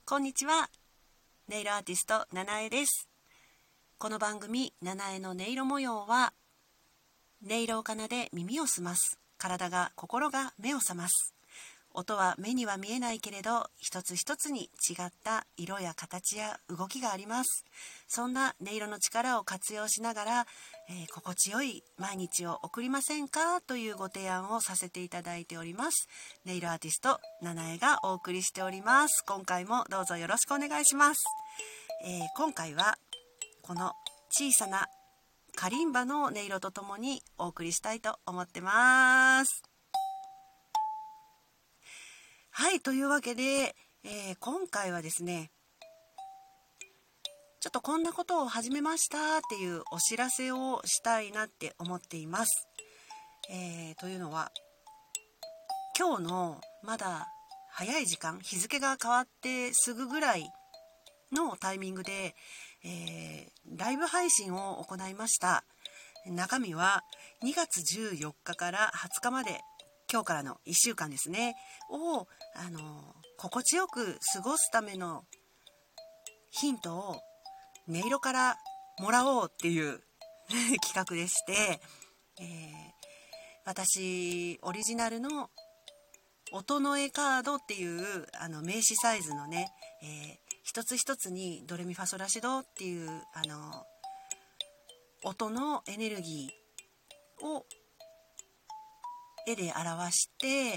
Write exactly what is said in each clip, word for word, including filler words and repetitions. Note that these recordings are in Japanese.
こんにちは。ネイルアーティストななえです。この番組ななえの音色模様は、音色を奏で耳を澄ます、体が心が目を覚ます。音は目には見えないけれど、一つ一つに違った色や形や動きがあります。そんな音色の力を活用しながら、えー、心地よい毎日を送りませんかというご提案をさせていただいております。ネイルアーティストななえがお送りしております。今回もどうぞよろしくお願いします。えー、今回はこの小さなカリンバの音色とともにお送りしたいと思ってます。はい、というわけで、えー、今回はですね、ちょっとこんなことを始めましたっていうお知らせをしたいなって思っています。えー、というのは、今日のまだ早い時間、日付が変わってすぐぐらいのタイミングで、えー、ライブ配信を行いました。中身はにがつじゅうよっかからはつかまで、今日からのいっしゅうかんですねを、あの心地よく過ごすためのヒントを音色からもらおうっていう企画でして、えー、私オリジナルの音の絵カードっていうあの名刺サイズのね、えー、一つ一つにドレミファソラシドっていうあの音のエネルギーを絵で表して、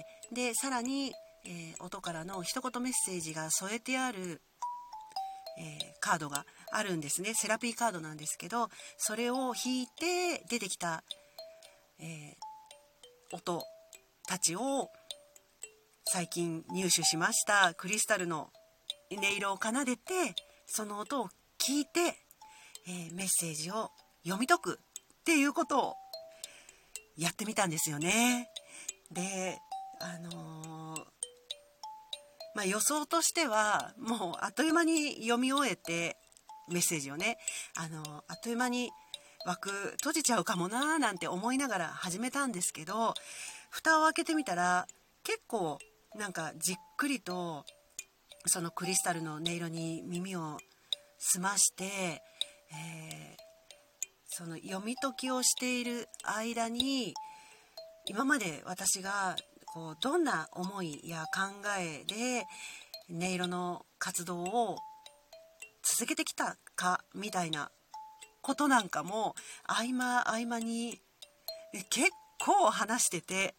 でさらに、えー、音からの一言メッセージが添えてある、えー、カードがあるんですね。セラピーカードなんですけど、それを引いて出てきた、えー、音たちを最近入手しました。クリスタルの音色を奏でて、その音を聞いて、えー、メッセージを読み解くっていうことをやってみたんですよね。で、あのー、まあ予想としてはもうあっという間に読み終えて、メッセージをね、あのー、あっという間に枠閉じちゃうかもなーなんて思いながら始めたんですけど、蓋を開けてみたら結構なんかじっくりとそのクリスタルの音色に耳を澄まして、えー、その読み解きをしている間に、今まで私がこうどんな思いや考えで音色の活動を続けてきたかみたいなことなんかも合間合間に結構話してて、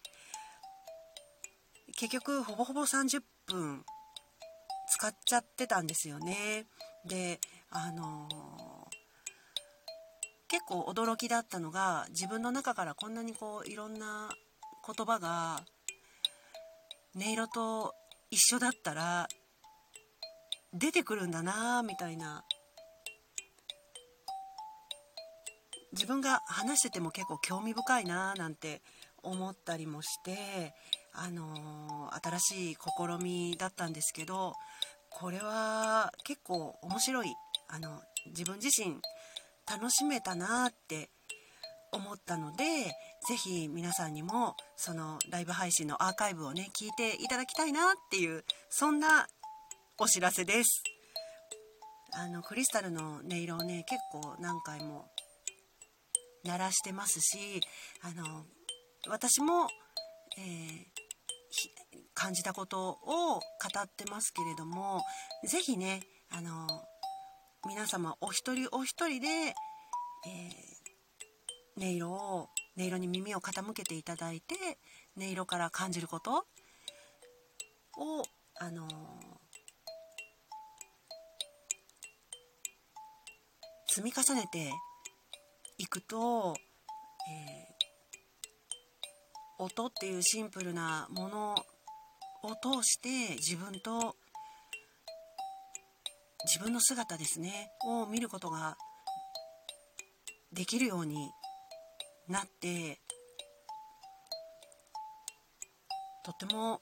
結局ほぼほぼさんじゅっぷん使っちゃってたんですよね。で、あのー、結構驚きだったのが、自分の中からこんなにこういろんな言葉が音色と一緒だったら出てくるんだなみたいな、自分が話してても結構興味深いななんて思ったりもして、あのー、新しい試みだったんですけど、これは結構面白い、あの自分自身楽しめたなって思ったので、ぜひ皆さんにもそのライブ配信のアーカイブをね聞いていただきたいなっていう、そんなお知らせです。あのクリスタルの音色をね結構何回も鳴らしてますし、あの私も、えー、感じたことを語ってますけれども、ぜひね、あの皆様お一人お一人で、えー、音色を音色に耳を傾けていただいて、音色から感じることをあの積み重ねていくと、えー、音っていうシンプルなものを通して自分と自分の姿ですねを見ることができるようになって、とっても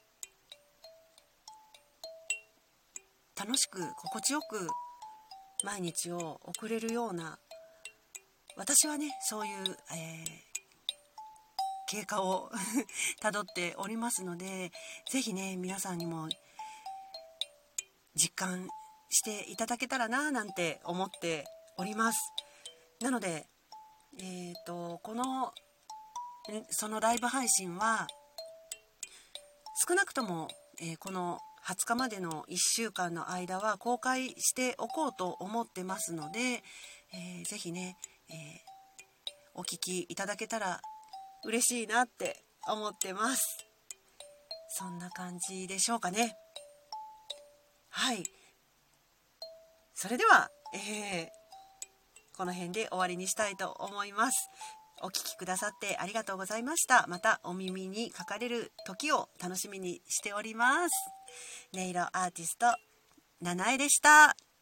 楽しく心地よく毎日を送れるような、私はねそういう、えー、経過をたどっておりますので、ぜひね皆さんにも実感していただけたらななんて思っております。なので、えーと、このそのライブ配信は少なくとも、えー、このはつかまでのいっしゅうかんの間は公開しておこうと思ってますので、えー、ぜひね、えー、お聞きいただけたら嬉しいなって思ってます。そんな感じでしょうかね。はい、それでは、えー、この辺で終わりにしたいと思います。お聞きくださってありがとうございました。またお耳にかかれる時を楽しみにしております。音色アーティストななえでした。